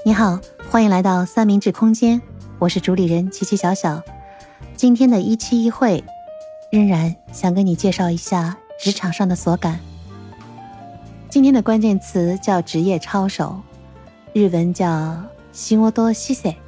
你好，欢迎来到三明治空间，我是主理人琪琪小小。今天的一期一会，仍然想跟你介绍一下职场上的所感。今天的关键词叫职业操守，日文叫仕事姿勢。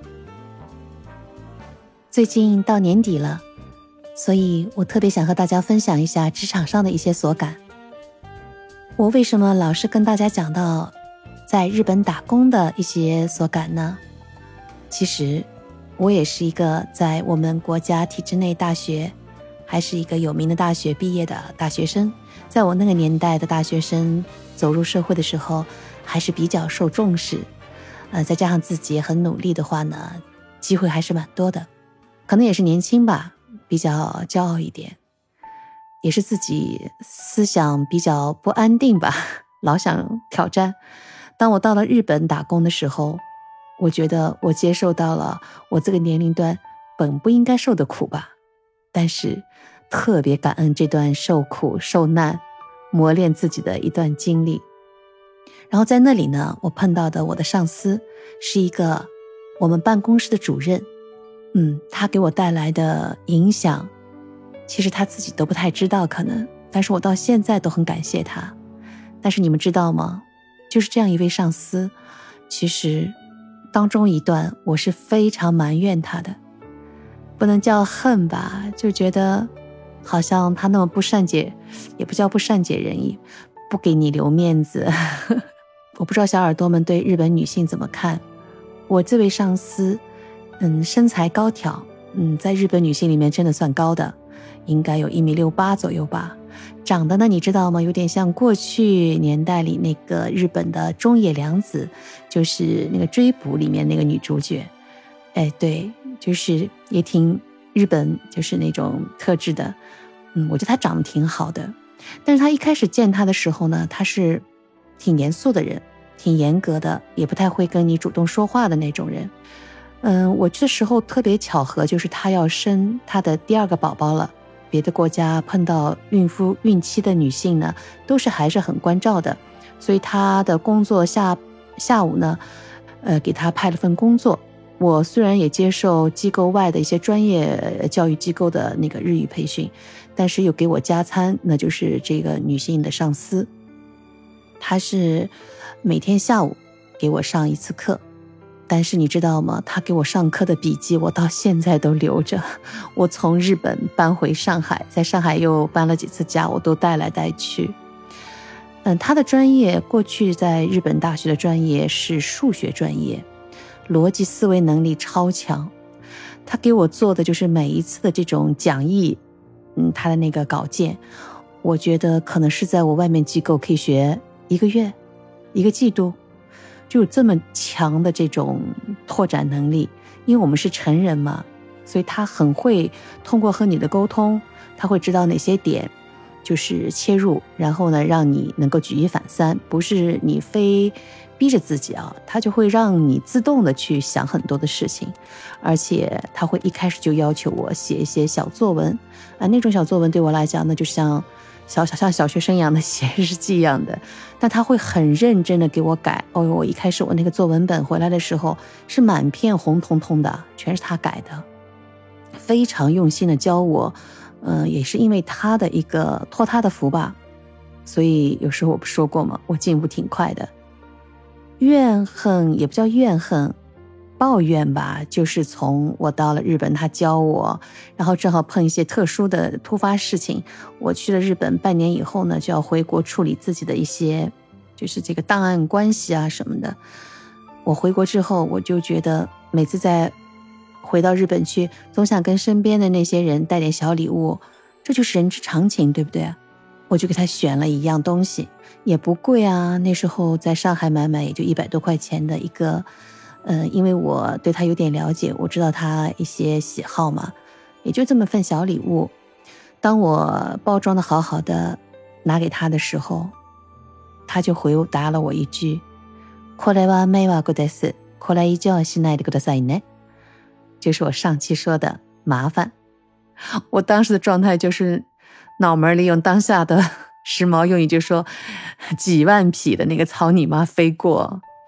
最近到年底了，所以我特别想和大家分享一下职场上的一些所感。我为什么老是跟大家讲到在日本打工的一些所感呢？其实我也是一个在我们国家体制内大学，还是一个有名的大学毕业的大学生。在我那个年代的大学生走入社会的时候，还是比较受重视。再加上自己也很努力的话呢，机会还是蛮多的。可能也是年轻吧，比较骄傲一点，也是自己思想比较不安定吧，老想挑战。当我到了日本打工的时候，我觉得我接受到了我这个年龄段本不应该受的苦吧，但是特别感恩这段受苦受难磨练自己的一段经历。然后在那里呢，我碰到的我的上司是一个我们办公室的主任。他给我带来的影响其实他自己都不太知道可能，但是我到现在都很感谢他。但是你们知道吗，就是这样一位上司，其实当中一段我是非常埋怨他的，不能叫恨吧，就觉得好像他那么不善解，也不叫不善解人意，不给你留面子。我不知道小耳朵们对日本女性怎么看。我这位上司身材高挑，在日本女性里面真的算高的，应该有1.68米左右吧。长得呢，你知道吗？有点像过去年代里那个日本的中野良子，就是那个追捕里面那个女主角。对，就是也挺日本就是那种特质的。我觉得她长得挺好的，但是她一开始见她的时候呢，她是挺严肃的人，挺严格的，也不太会跟你主动说话的那种人。我这时候特别巧合，就是她要生她的第2个宝宝了。别的国家碰到孕妇孕期的女性呢，都是还是很关照的，所以她的工作下午呢，给她派了份工作。我虽然也接受机构外的一些专业教育机构的那个日语培训，但是又给我加餐，那就是这个女性的上司，她是每天下午给我上1次课。但是你知道吗，他给我上课的笔记我到现在都留着。我从日本搬回上海，在上海又搬了几次家，我都带来带去。他的专业过去在日本大学的专业是数学专业，逻辑思维能力超强。他给我做的就是每一次的这种讲义，他的那个稿件，我觉得可能是在我外面机构可以学1个月1个季度，就有这么强的这种拓展能力。因为我们是成人嘛，所以他很会通过和你的沟通，他会知道哪些点就是切入，然后呢让你能够举一反三，不是你非逼着自己啊，他就会让你自动的去想很多的事情。而且他会一开始就要求我写一些小作文那种小作文对我来讲呢，就像小学生一样的写日记一样的，但他会很认真的给我改。我一开始我那个作文本回来的时候是满片红彤彤的，全是他改的，非常用心的教我。也是因为他的一个托他的福吧，所以有时候我不说过嘛，我进步挺快的。怨恨也不叫怨恨，抱怨吧，就是从我到了日本，他教我，然后正好碰一些特殊的突发事情。我去了日本半年以后呢，就要回国处理自己的一些就是这个档案关系啊什么的。我回国之后，我就觉得每次在回到日本去，总想跟身边的那些人带点小礼物，这就是人之常情，对不对？我就给他选了一样东西，也不贵啊，那时候在上海买也就100多块钱的一个。因为我对他有点了解，我知道他一些喜好嘛，也就这么份小礼物。当我包装的好好的拿给他的时候，他就回答了我一句，これは迷惑です。これ以上しないでくださいね。就是我上期说的麻烦。我当时的状态就是脑门里用当下的时髦用语就说几万匹的那个草泥马飞过。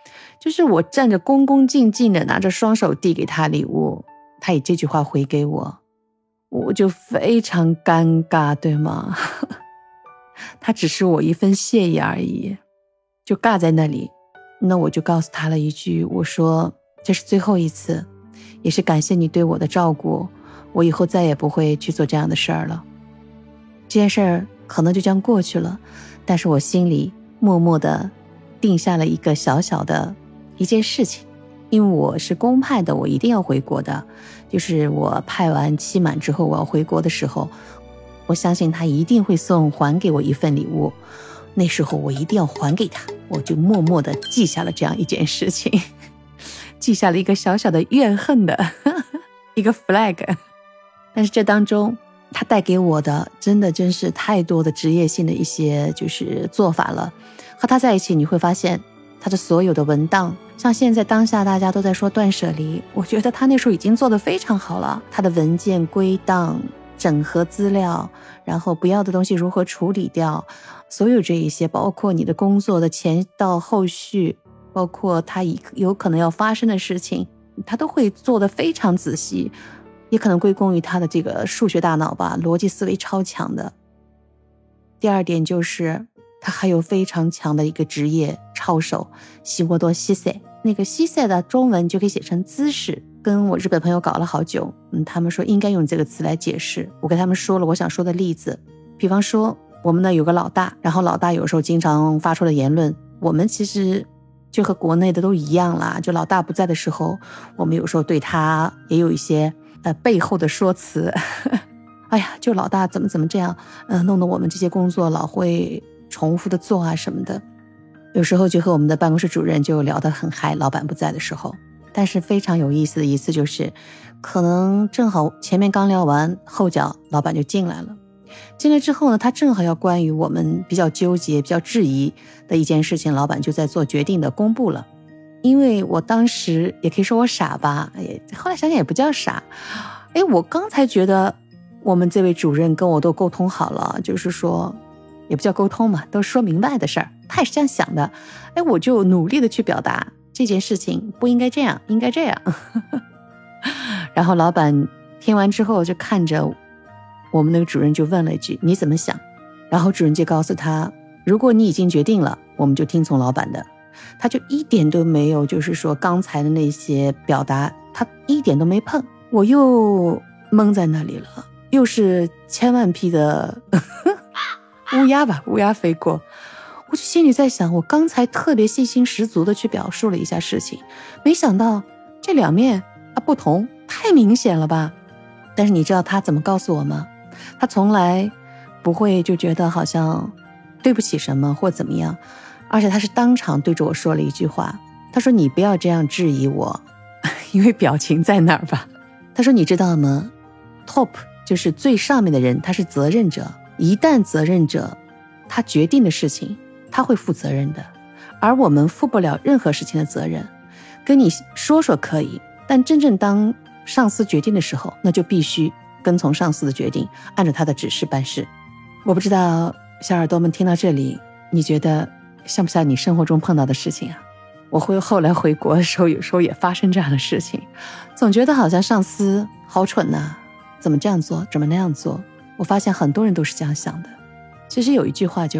就是我站着恭恭敬敬的拿着双手递给他礼物，他以这句话回给我，我就非常尴尬，对吗？他只是我一份谢意而已，就尬在那里。那我就告诉他了一句，我说这是最后一次，也是感谢你对我的照顾，我以后再也不会去做这样的事儿了。这件事儿可能就这样过去了，但是我心里默默地定下了一个小小的一件事情，因为我是公派的，我一定要回国的，就是我派完期满之后我要回国的时候，我相信他一定会还给我一份礼物，那时候我一定要还给他，我就默默地记下了这样一件事情，记下了一个小小的怨恨的一个 flag。 但是这当中他带给我的真是太多的职业性的一些就是做法了。和他在一起你会发现他的所有的文档，像现在当下大家都在说断舍离，我觉得他那时候已经做得非常好了。他的文件归档、整合资料，然后不要的东西如何处理掉，所有这一些，包括你的工作的前到后续，包括他有可能要发生的事情，他都会做得非常仔细，也可能归功于他的这个数学大脑吧，逻辑思维超强的。第二点就是他还有非常强的一个职业操守，西莫多西塞，那个西塞的中文就可以写成姿势，跟我日本朋友搞了好久，他们说应该用这个词来解释，我跟他们说了我想说的例子。比方说我们呢有个老大，然后老大有时候经常发出的言论，我们其实就和国内的都一样啦，就老大不在的时候，我们有时候对他也有一些背后的说辞哎呀，就老大怎么这样，弄得我们这些工作老会重复的做啊什么的。有时候就和我们的办公室主任就聊得很嗨，老板不在的时候。但是非常有意思的一次就是，可能正好前面刚聊完，后脚老板就进来了。进来之后呢，他正好要关于我们比较纠结、比较质疑的一件事情，老板就在做决定的公布了。因为我当时也可以说我傻吧，后来想想也不叫傻。我刚才觉得我们这位主任跟我都沟通好了，就是说也不叫沟通嘛，都说明白的事儿，他也是这样想的。我就努力的去表达这件事情不应该这样，应该这样然后老板听完之后就看着我们那个主任就问了一句，你怎么想？然后主任就告诉他，如果你已经决定了，我们就听从老板的。他就一点都没有就是说刚才的那些表达，他一点都没碰。我又懵在那里了，又是千万匹的乌鸦吧，乌鸦飞过。我就心里在想，我刚才特别信心十足的去表述了一下事情，没想到这两面不同，太明显了吧。但是你知道他怎么告诉我吗？他从来不会就觉得好像对不起什么或怎么样，而且他是当场对着我说了一句话，他说你不要这样质疑我因为表情在那儿吧。他说你知道吗， top 就是最上面的人，他是责任者，一旦责任者他决定的事情他会负责任的，而我们负不了任何事情的责任。跟你说说可以，但真正当上司决定的时候，那就必须跟从上司的决定，按照他的指示办事。我不知道小耳朵们听到这里，你觉得像不像你生活中碰到的事情啊？我后来回国的时候，有时候也发生这样的事情，总觉得好像上司好蠢呐，怎么这样做，怎么那样做。我发现很多人都是这样想的。其实有一句话就是，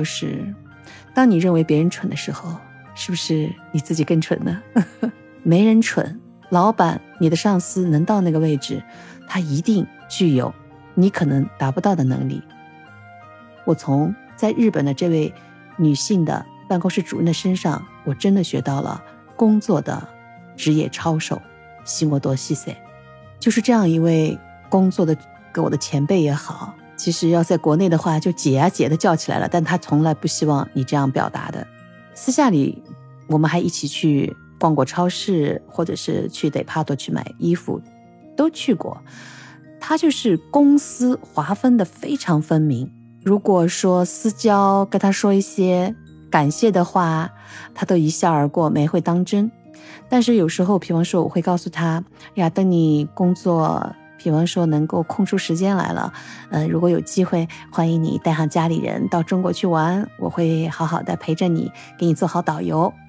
当你认为别人蠢的时候，是不是你自己更蠢呢？没人蠢，老板，你的上司能到那个位置，他一定具有你可能达不到的能力。我从在日本的这位女性的办公室主任的身上，我真的学到了工作的职业操守，西莫多西塞。就是这样一位工作的跟我的前辈也好，其实要在国内的话就姐啊姐的叫起来了，但他从来不希望你这样表达的。私下里我们还一起去逛过超市，或者是去德帕多去买衣服，都去过。他就是公私划分的非常分明，如果说私交跟他说一些感谢的话，他都一笑而过，没会当真。但是有时候比方说我会告诉他呀，等你工作比方说能够空出时间来了，如果有机会，欢迎你带上家里人到中国去玩，我会好好的陪着你，给你做好导游。他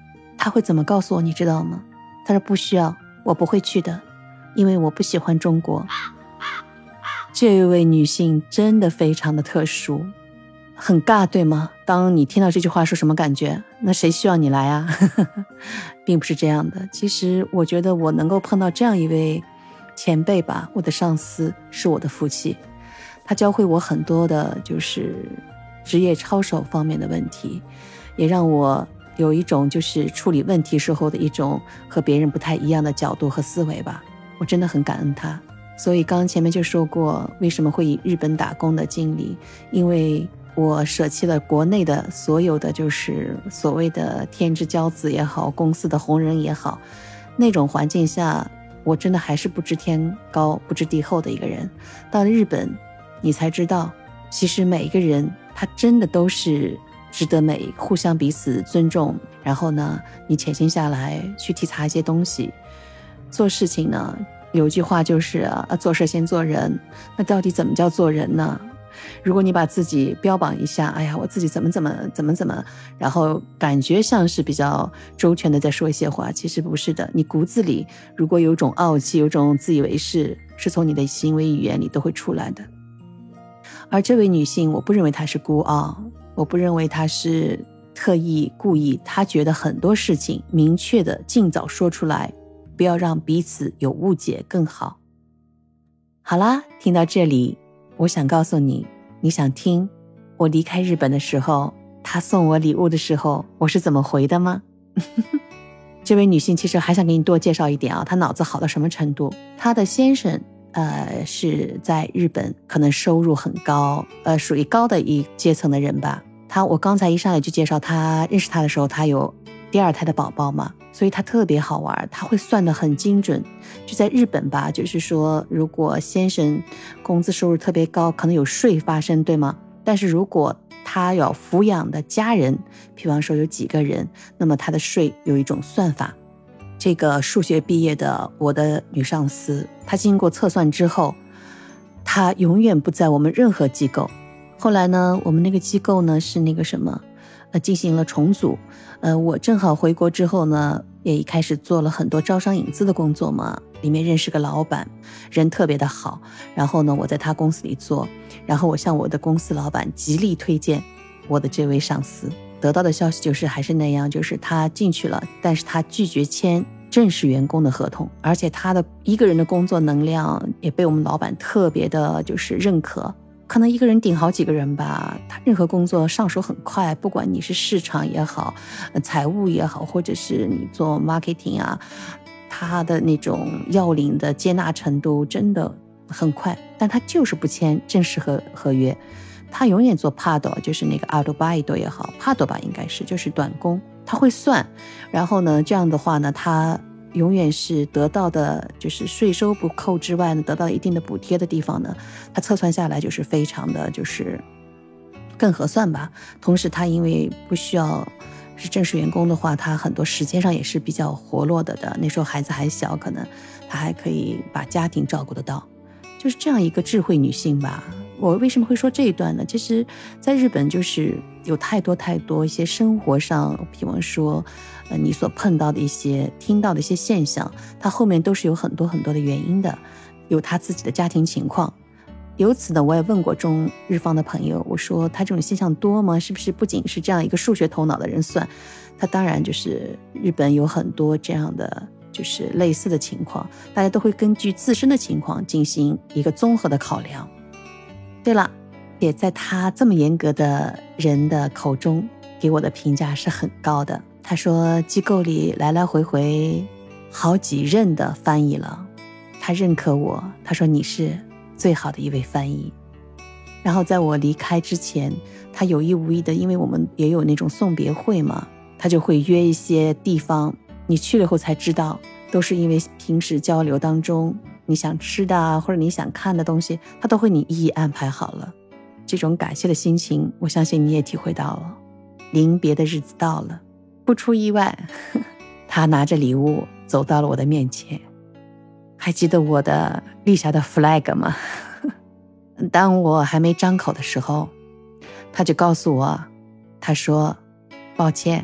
他会怎么告诉我，你知道吗？他说不需要，我不会去的，因为我不喜欢中国。这位女性真的非常的特殊，很尬，对吗？当你听到这句话是什么感觉？那谁需要你来啊？并不是这样的。其实我觉得我能够碰到这样一位前辈吧，我的上司是我的福气。他教会我很多的就是职业操守方面的问题，也让我有一种就是处理问题时候的一种和别人不太一样的角度和思维吧。我真的很感恩他。所以刚刚前面就说过，为什么会以日本打工的经历，因为我舍弃了国内的所有的就是所谓的天之骄子也好，公司的红人也好，那种环境下我真的还是不知天高不知地厚的一个人。到了日本你才知道，其实每一个人他真的都是值得互相彼此尊重，然后呢你潜心下来去体察一些东西。做事情呢有句话就是做事先做人。那到底怎么叫做人呢？如果你把自己标榜一下，哎呀我自己怎么，然后感觉像是比较周全的在说一些话，其实不是的。你骨子里如果有种傲气，有种自以为是，是从你的行为语言里都会出来的。而这位女性，我不认为她是孤傲，我不认为她是特意故意，她觉得很多事情明确的尽早说出来，不要让彼此有误解更好。好啦，听到这里，我想告诉你，你想听我离开日本的时候，她送我礼物的时候，我是怎么回的吗？这位女性其实还想给你多介绍一点啊，她脑子好到什么程度？她的先生是在日本可能收入很高，属于高的一阶层的人吧。我刚才一上来就介绍他，认识他的时候他有第二胎的宝宝嘛，所以他特别好玩，他会算得很精准。就在日本吧，就是说如果先生工资收入特别高，可能有税发生，对吗？但是如果他要抚养的家人，比方说有几个人，那么他的税有一种算法。这个数学毕业的我的女上司，她经过测算之后，她永远不在我们任何机构。后来呢，我们那个机构呢是那个什么，进行了重组。我正好回国之后呢，也开始做了很多招商引资的工作嘛，里面认识个老板，人特别的好。然后呢，我在他公司里做，然后我向我的公司老板极力推荐我的这位上司。得到的消息就是还是那样，就是他进去了，但是他拒绝签正式员工的合同，而且他的一个人的工作能量也被我们老板特别的就是认可。可能一个人顶好几个人吧，他任何工作上手很快，不管你是市场也好，财务也好，或者是你做 marketing 啊，他的那种要领的接纳程度真的很快。但他就是不签正式合约，他永远做 PADO， 就是那个 Adobaito 也好， PADO 吧应该是，就是短工，他会算。然后呢，这样的话呢，他永远是得到的就是税收不扣之外呢，得到一定的补贴的地方呢，他测算下来就是非常的就是更合算吧。同时他因为不需要是正式员工的话，他很多时间上也是比较活络的，那时候孩子还小，可能他还可以把家庭照顾得到。就是这样一个智慧女性吧。我为什么会说这一段呢？其实在日本就是有太多一些生活上，比方说你所碰到的一些听到的一些现象，它后面都是有很多的原因的，有他自己的家庭情况。由此呢，我也问过中日方的朋友，我说他这种现象多吗？是不是不仅是这样一个数学头脑的人算？他当然就是日本有很多这样的就是类似的情况，大家都会根据自身的情况进行一个综合的考量。对了，也在他这么严格的人的口中，给我的评价是很高的。他说机构里来来回回好几任的翻译了，他认可我，他说你是最好的一位翻译。然后在我离开之前，他有意无意的，因为我们也有那种送别会嘛，他就会约一些地方，你去了后才知道，都是因为平时交流当中你想吃的或者你想看的东西，他都会你一一安排好了。这种感谢的心情，我相信你也体会到了。临别的日子到了，不出意外，他拿着礼物走到了我的面前。还记得我的立下的 flag 吗？当我还没张口的时候，他就告诉我，他说抱歉，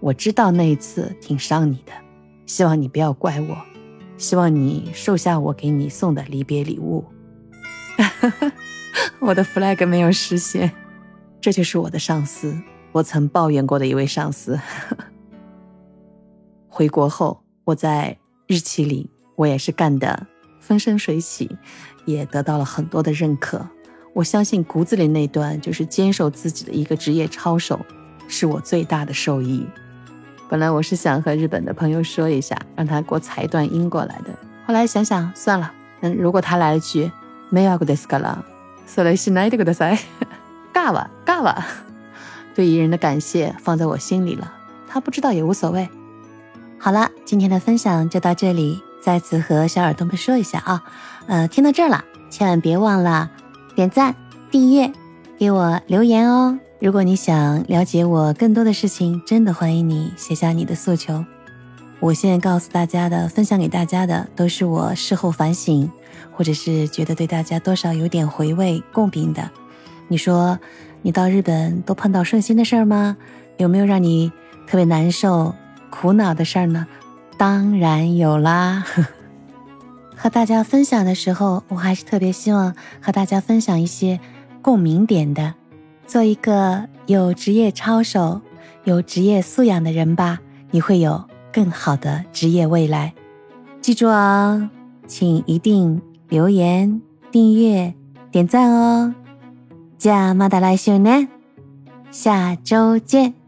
我知道那一次挺伤你的，希望你不要怪我，希望你收下我给你送的离别礼物。我的 flag 没有实现，这就是我的上司，我曾抱怨过的一位上司。回国后，我在日企里我也是干得风生水起，也得到了很多的认可。我相信骨子里那段就是坚守自己的一个职业操守，是我最大的受益。本来我是想和日本的朋友说一下，让他给我采一段音过来的，后来想想算了，如果他来了句迷惑ですから、それしないでください。嘎哇，对艺人的感谢放在我心里了，他不知道也无所谓。好了，今天的分享就到这里，再次和小耳朵们说一下啊，听到这儿了，千万别忘了点赞、订阅，给我留言哦。如果你想了解我更多的事情，真的欢迎你写下你的诉求。我现在告诉大家的，分享给大家的，都是我事后反省，或者是觉得对大家多少有点回味共鸣的。你说你到日本都碰到顺心的事儿吗？有没有让你特别难受苦恼的事儿呢？当然有啦。和大家分享的时候，我还是特别希望和大家分享一些共鸣点的，做一个有职业操守、有职业素养的人吧，你会有更好的职业未来。记住哦，请一定留言、订阅、点赞哦。じゃあまた来週ね。下周见。